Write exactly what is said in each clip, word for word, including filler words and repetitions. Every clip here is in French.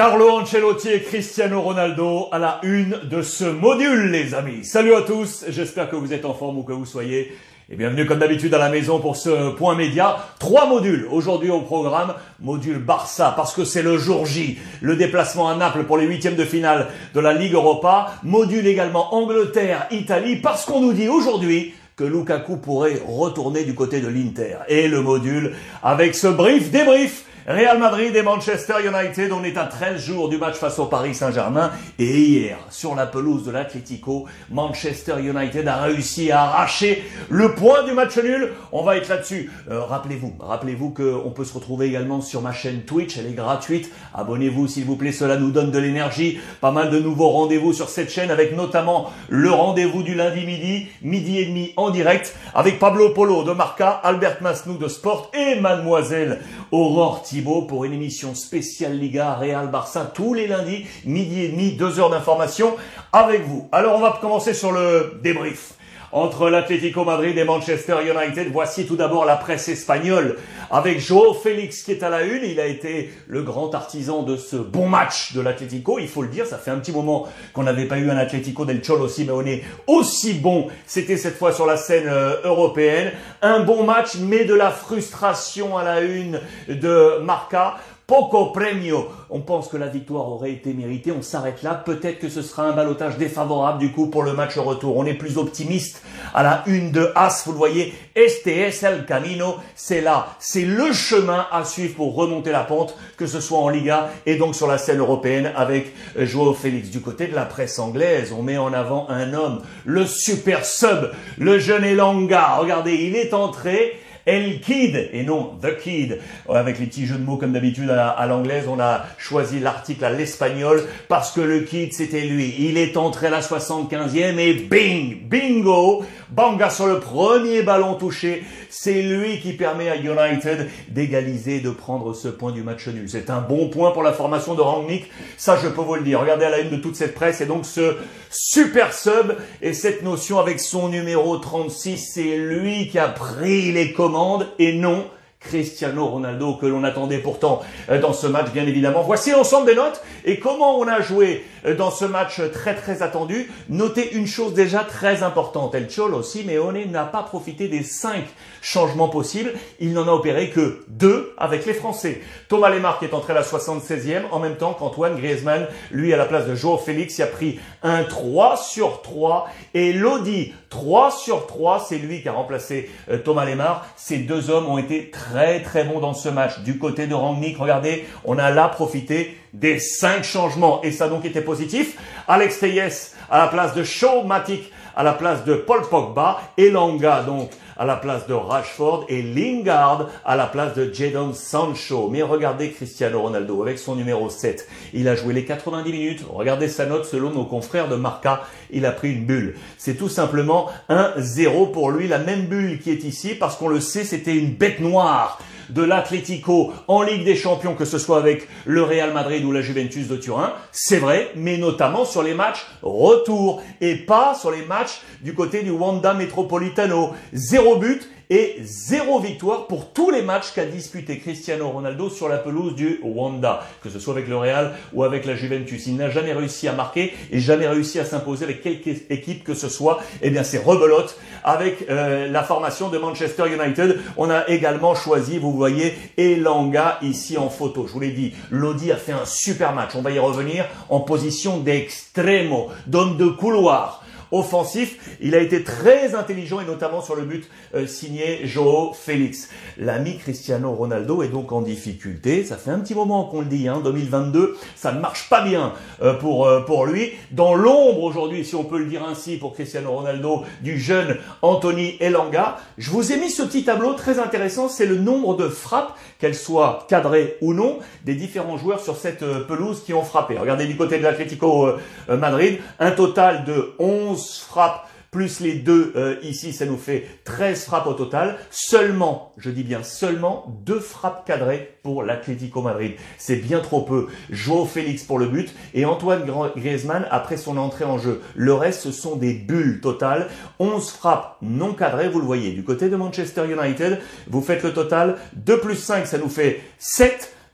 Carlo Ancelotti et Cristiano Ronaldo à la une de ce module, les amis. Salut à tous, j'espère que vous êtes en forme où que vous soyez. Et bienvenue comme d'habitude à la maison pour ce point média. Trois modules aujourd'hui au programme. Module Barça parce que c'est le jour J. Le déplacement à Naples pour les huitièmes de finale de la Ligue Europa. Module également Angleterre-Italie parce qu'on nous dit aujourd'hui que Lukaku pourrait retourner du côté de l'Inter. Et le module avec ce brief débrief. Real Madrid et Manchester United, on est à treize jours du match face au Paris Saint-Germain. Et hier, sur la pelouse de l'Atlético, Manchester United a réussi à arracher le point du match nul. On va être là-dessus. Euh, rappelez-vous, rappelez-vous qu'on peut se retrouver également sur ma chaîne Twitch, elle est gratuite. Abonnez-vous s'il vous plaît, cela nous donne de l'énergie. Pas mal de nouveaux rendez-vous sur cette chaîne avec notamment le rendez-vous du lundi midi, midi et demi en direct avec Pablo Polo de Marca, Albert Masnou de Sport et Mademoiselle Aurore Thibault pour une émission spéciale Liga Real Barça tous les lundis, midi et demi, deux heures d'information avec vous. Alors on va commencer sur le débrief entre l'Atlético Madrid et Manchester United. Voici tout d'abord la presse espagnole avec Joao Félix qui est à la une. Il a été le grand artisan de ce bon match de l'Atlético. Il faut le dire, ça fait un petit moment qu'on n'avait pas eu un Atlético del Cholo Simeone aussi bon. C'était cette fois sur la scène euh, européenne. Un bon match, mais de la frustration à la une de Marca. Poco premio. On pense que la victoire aurait été méritée. On s'arrête là. Peut-être que ce sera un ballottage défavorable du coup pour le match retour. On est plus optimiste à la une de As. Vous le voyez. Este es el camino. C'est là. C'est le chemin à suivre pour remonter la pente, que ce soit en Liga et donc sur la scène européenne avec Joao Félix. Du côté de la presse anglaise, on met en avant un homme, le super sub, le jeune Elanga. Regardez, il est entré. El Kid, et non The Kid. Avec les petits jeux de mots comme d'habitude à, à l'anglaise, on a choisi l'article à l'espagnol parce que le Kid, c'était lui. Il est entré à la soixante-quinzième et bing, bingo, banga sur le premier ballon touché. C'est lui qui permet à United d'égaliser, de prendre ce point du match nul. C'est un bon point pour la formation de Rangnick, ça je peux vous le dire. Regardez à la une de toute cette presse et donc ce super sub et cette notion avec son numéro trente-six, c'est lui qui a pris les commandes. Et non Cristiano Ronaldo que l'on attendait pourtant dans ce match bien évidemment. Voici l'ensemble des notes et comment on a joué dans ce match très très attendu. Notez une chose déjà très importante. El Cholo Simeone n'a pas profité des cinq changements possibles. Il n'en a opéré que deux avec les Français. Thomas Lemar qui est entré à la soixante-seizième en même temps qu'Antoine Griezmann, lui à la place de Joao Félix, il a pris un trois sur trois et Lodi trois sur trois, c'est lui qui a remplacé euh, Thomas Lemar. Ces deux hommes ont été très très bons dans ce match. Du côté de Rangnick, regardez, on a là profité des cinq changements et ça a donc été positif. Alex Telles à la place de Shaw, Matic à la place de Paul Pogba, Elanga donc à la place de Rashford et Lingard à la place de Jadon Sancho. Mais regardez Cristiano Ronaldo avec son numéro sept. Il a joué les quatre-vingt-dix minutes. Regardez sa note selon nos confrères de Marca. Il a pris une bulle. C'est tout simplement un zéro pour lui. La même bulle qui est ici parce qu'on le sait, c'était une bête noire de l'Atlético en Ligue des Champions, que ce soit avec le Real Madrid ou la Juventus de Turin, c'est vrai, mais notamment sur les matchs retour et pas sur les matchs du côté du Wanda Metropolitano. Zéro but et zéro victoire pour tous les matchs qu'a disputé Cristiano Ronaldo sur la pelouse du Wanda, que ce soit avec le Real ou avec la Juventus. Il n'a jamais réussi à marquer et jamais réussi à s'imposer avec quelque équipe que ce soit. Eh bien, c'est rebelote avec euh, la formation de Manchester United. On a également choisi, vous voyez, Elanga ici en photo. Je vous l'ai dit, Lodi a fait un super match. On va y revenir en position d'extrême, d'homme de couloir. Offensif, il a été très intelligent et notamment sur le but euh, signé Joao Félix. L'ami Cristiano Ronaldo est donc en difficulté. Ça fait un petit moment qu'on le dit, hein, deux mille vingt-deux, ça ne marche pas bien euh, pour euh, pour lui. Dans l'ombre aujourd'hui, si on peut le dire ainsi, pour Cristiano Ronaldo, du jeune Anthony Elanga. Je vous ai mis ce petit tableau très intéressant, c'est le nombre de frappes, qu'elles soient cadrées ou non, des différents joueurs sur cette euh, pelouse qui ont frappé. Regardez du côté de l'Atlético euh, Madrid, un total de onze frappes plus les deux euh, ici, ça nous fait treize frappes au total. Seulement, je dis bien seulement, deux frappes cadrées pour l'Atlético Madrid. C'est bien trop peu. Joao Félix pour le but et Antoine Griezmann après son entrée en jeu. Le reste, ce sont des bulles totales. onze frappes non cadrées, vous le voyez. Du côté de Manchester United, vous faites le total. deux plus cinq, ça nous fait sept.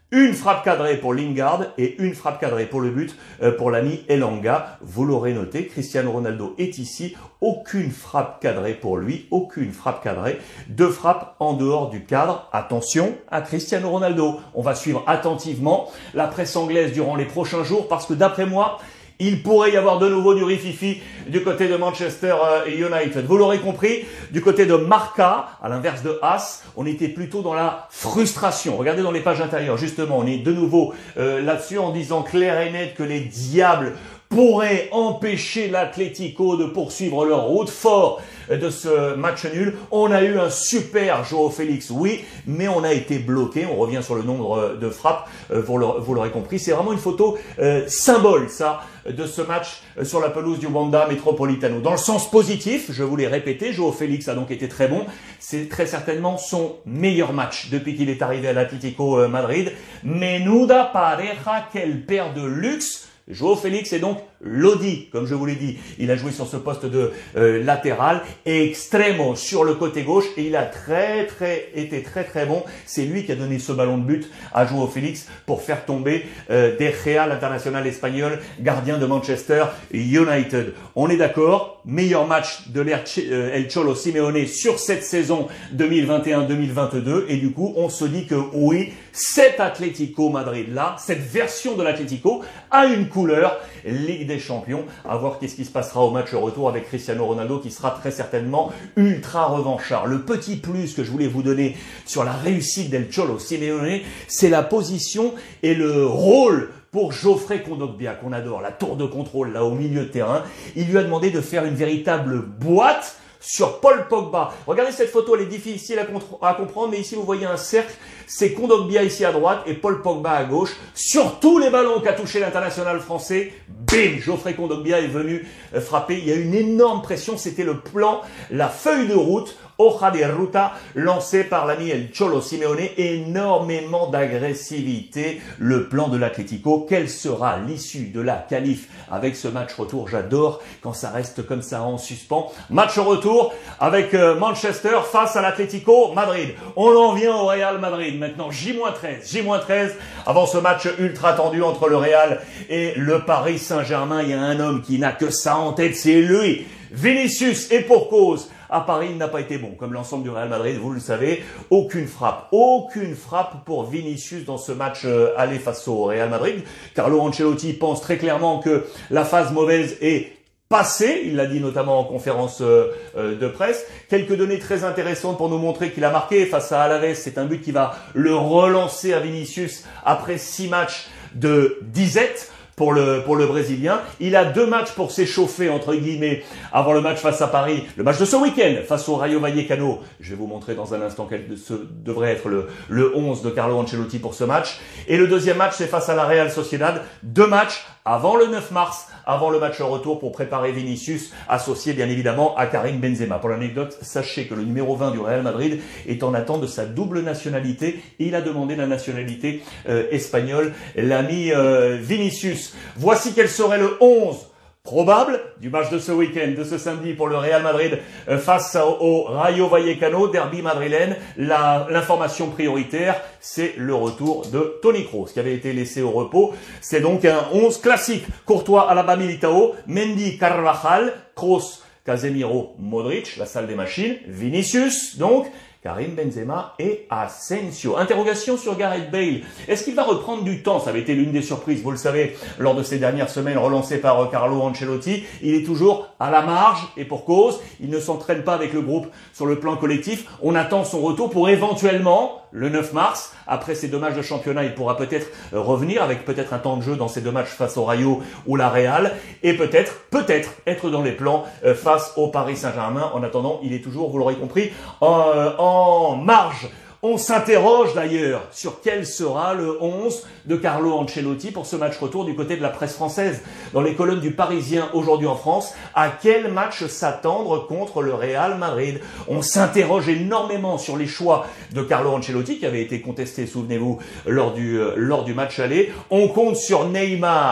Une frappe cadrée pour Lingard et une frappe cadrée pour le but euh, pour l'ami Elanga. Vous l'aurez noté, Cristiano Ronaldo est ici. Aucune frappe cadrée pour lui, aucune frappe cadrée. Deux frappes en dehors du cadre. Attention à Cristiano Ronaldo. On va suivre attentivement la presse anglaise durant les prochains jours parce que d'après moi, il pourrait y avoir de nouveau du rififi du côté de Manchester United. Vous l'aurez compris, du côté de Marca, à l'inverse de As, on était plutôt dans la frustration. Regardez dans les pages intérieures, justement, on est de nouveau euh, là-dessus en disant clair et net que les diables pourraient empêcher l'Atlético de poursuivre leur route fort de ce match nul. On a eu un super Joao Félix, oui, mais on a été bloqué. On revient sur le nombre de frappes, vous l'aurez compris. C'est vraiment une photo euh, symbole, ça, de ce match sur la pelouse du Wanda Metropolitano. Dans le sens positif, je vous l'ai répété, Joao Félix a donc été très bon. C'est très certainement son meilleur match depuis qu'il est arrivé à l'Atlético Madrid. Menuda pareja, quelle paire de luxe! Joao Félix est donc Lodi, comme je vous l'ai dit. Il a joué sur ce poste de euh, latéral et extrêmement sur le côté gauche et il a très très été très très bon. C'est lui qui a donné ce ballon de but à Joao Félix pour faire tomber euh, De Gea, l'international espagnol, gardien de Manchester United. On est d'accord, meilleur match de l'ère euh, El Cholo Simeone sur cette saison deux mille vingt et un deux mille vingt-deux et du coup on se dit que oui, cet Atlético Madrid là, cette version de l'Atlético a une couleur Ligue des Champions. À voir qu'est-ce qui se passera au match retour avec Cristiano Ronaldo qui sera très certainement ultra revanchard. Le petit plus que je voulais vous donner sur la réussite d'El Cholo Simeone, c'est la position et le rôle pour Geoffrey Kondogbia, qu'on adore, la tour de contrôle là au milieu de terrain. Il lui a demandé de faire une véritable boîte sur Paul Pogba. Regardez cette photo, elle est difficile à, à comprendre, mais ici vous voyez un cercle, c'est Kondogbia ici à droite et Paul Pogba à gauche. Sur tous les ballons qu'a touché l'international français, bim, Geoffrey Kondogbia est venu frapper. Il y a une énorme pression, c'était le plan, la feuille de route, hoja de ruta, lancé par l'ami El Cholo Simeone. Énormément d'agressivité, le plan de l'Atlético. Quelle sera l'issue de la qualif avec ce match retour? J'adore quand ça reste comme ça en suspens. Match retour avec Manchester face à l'Atlético Madrid. On en vient au Real Madrid maintenant, J treize. J treize, avant ce match ultra tendu entre le Real et le Paris Saint-Germain. Il y a un homme qui n'a que ça en tête, c'est lui, Vinicius, et pour cause. À Paris, il n'a pas été bon, comme l'ensemble du Real Madrid, vous le savez. Aucune frappe, aucune frappe pour Vinicius dans ce match euh, aller face au Real Madrid. Carlo Ancelotti pense très clairement que la phase mauvaise est passée. Il l'a dit notamment en conférence euh, euh, de presse. Quelques données très intéressantes pour nous montrer qu'il a marqué face à Alaves. C'est un but qui va le relancer à Vinicius après six matchs de disette. Pour le, pour le Brésilien. Il a deux matchs pour s'échauffer, entre guillemets, avant le match face à Paris. Le match de ce week-end, face au Rayo Vallecano. Je vais vous montrer dans un instant quel ce devrait être le, le onze de Carlo Ancelotti pour ce match. Et le deuxième match, c'est face à la Real Sociedad. Deux matchs avant le neuf mars, avant le match retour pour préparer Vinicius, associé bien évidemment à Karim Benzema. Pour l'anecdote, sachez que le numéro vingt du Real Madrid est en attente de sa double nationalité. Et il a demandé la nationalité euh, espagnole, l'ami euh, Vinicius. Voici quel serait le onze probable du match de ce week-end, de ce samedi pour le Real Madrid face au Rayo Vallecano, derby madrilène. L'information prioritaire, c'est le retour de Toni Kroos qui avait été laissé au repos. C'est donc un onze classique. Courtois, Alaba, Militao, Mendy, Carvajal, Kroos, Casemiro, Modric, la salle des machines, Vinicius donc, Karim Benzema et Asensio. Interrogation sur Gareth Bale. Est-ce qu'il va reprendre du temps? Ça avait été l'une des surprises, vous le savez, lors de ces dernières semaines relancées par Carlo Ancelotti. Il est toujours à la marge et pour cause. Il ne s'entraîne pas avec le groupe sur le plan collectif. On attend son retour pour éventuellement, le neuf mars, après ces deux matchs de championnat, il pourra peut-être revenir avec peut-être un temps de jeu dans ces deux matchs face au Rayo ou la Real et peut-être, peut-être être dans les plans face au Paris Saint-Germain. En attendant, il est toujours, vous l'aurez compris, en, en marge. On s'interroge d'ailleurs sur quel sera le onze de Carlo Ancelotti pour ce match retour du côté de la presse française. Dans les colonnes du Parisien aujourd'hui en France, à quel match s'attendre contre le Real Madrid? On s'interroge énormément sur les choix de Carlo Ancelotti qui avait été contesté, souvenez-vous, lors du, euh, lors du match aller. On compte sur Neymar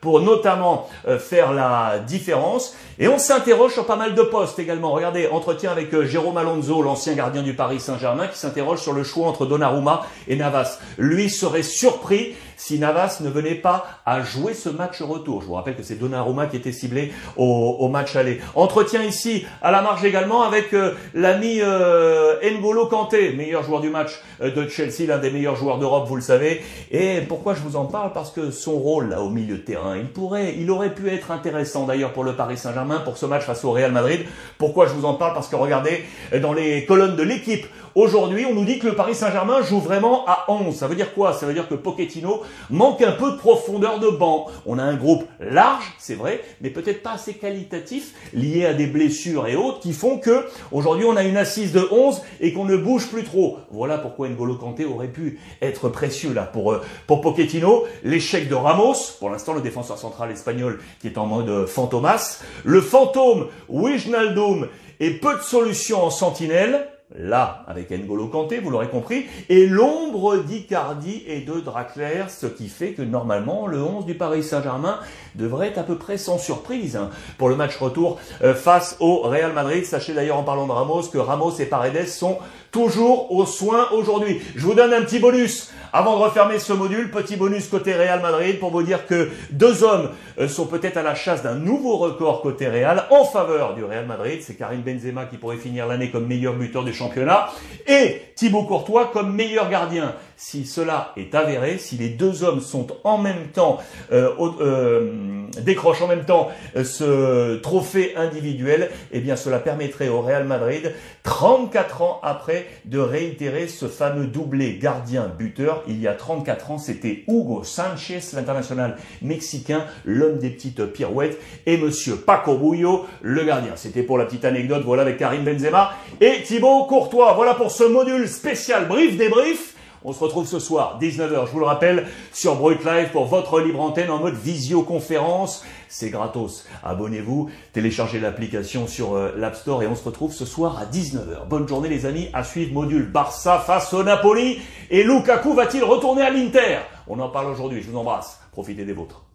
pour notamment euh, faire la différence. Et on s'interroge sur pas mal de postes également. Regardez, entretien avec euh, Jérôme Alonso, l'ancien gardien du Paris Saint-Germain, qui s'interroge sur le choix entre Donnarumma et Navas. Lui serait surpris si Navas ne venait pas à jouer ce match retour. Je vous rappelle que c'est Donnarumma qui était ciblé au, au match aller. Entretien ici à la marge également avec euh, l'ami euh, N'Golo Kanté, meilleur joueur du match euh, de Chelsea, l'un des meilleurs joueurs d'Europe, vous le savez. Et pourquoi je vous en parle? Parce que son rôle là au milieu de terrain, il pourrait, il aurait pu être intéressant d'ailleurs pour le Paris Saint-Germain pour ce match face au Real Madrid. Pourquoi je vous en parle? Parce que regardez, dans les colonnes de l'équipe, aujourd'hui, on nous dit que le Paris Saint-Germain joue vraiment à onze. Ça veut dire quoi? Ça veut dire que Pochettino manque un peu de profondeur de banc. On a un groupe large, c'est vrai, mais peut-être pas assez qualitatif, lié à des blessures et autres, qui font que aujourd'hui on a une assise de onze et qu'on ne bouge plus trop. Voilà pourquoi N'Golo Kanté aurait pu être précieux là pour pour Pochettino. L'échec de Ramos, pour l'instant le défenseur central espagnol qui est en mode fantomas. Le fantôme Wijnaldum et peu de solutions en sentinelle. Là, avec N'Golo Kanté, vous l'aurez compris, et l'ombre d'Icardi et de Draxler, ce qui fait que normalement, le onze du Paris Saint-Germain devrait être à peu près sans surprise hein, pour le match retour euh, face au Real Madrid. Sachez d'ailleurs en parlant de Ramos que Ramos et Paredes sont toujours aux soins aujourd'hui. Je vous donne un petit bonus avant de refermer ce module, petit bonus côté Real Madrid pour vous dire que deux hommes euh, sont peut-être à la chasse d'un nouveau record côté Real en faveur du Real Madrid. C'est Karim Benzema qui pourrait finir l'année comme meilleur buteur du championnat et Thibaut Courtois comme meilleur gardien. Si cela est avéré, si les deux hommes sont en même temps, euh, euh, décrochent en même temps euh, ce trophée individuel, eh bien cela permettrait au Real Madrid, trente-quatre ans après, de réitérer ce fameux doublé gardien-buteur. Il y a trente-quatre ans, c'était Hugo Sanchez, l'international mexicain, l'homme des petites pirouettes, et monsieur Paco Bullo, le gardien. C'était pour la petite anecdote, voilà, avec Karim Benzema et Thibaut Courtois. Voilà pour ce module spécial brief débrief. On se retrouve ce soir, dix-neuf heures, je vous le rappelle, sur Brut Live pour votre libre antenne en mode visioconférence. C'est gratos. Abonnez-vous, téléchargez l'application sur euh, l'App Store et on se retrouve ce soir à dix-neuf heures. Bonne journée les amis, à suivre module Barça face au Napoli. Et Lukaku va-t-il retourner à l'Inter? On en parle aujourd'hui, je vous embrasse. Profitez des vôtres.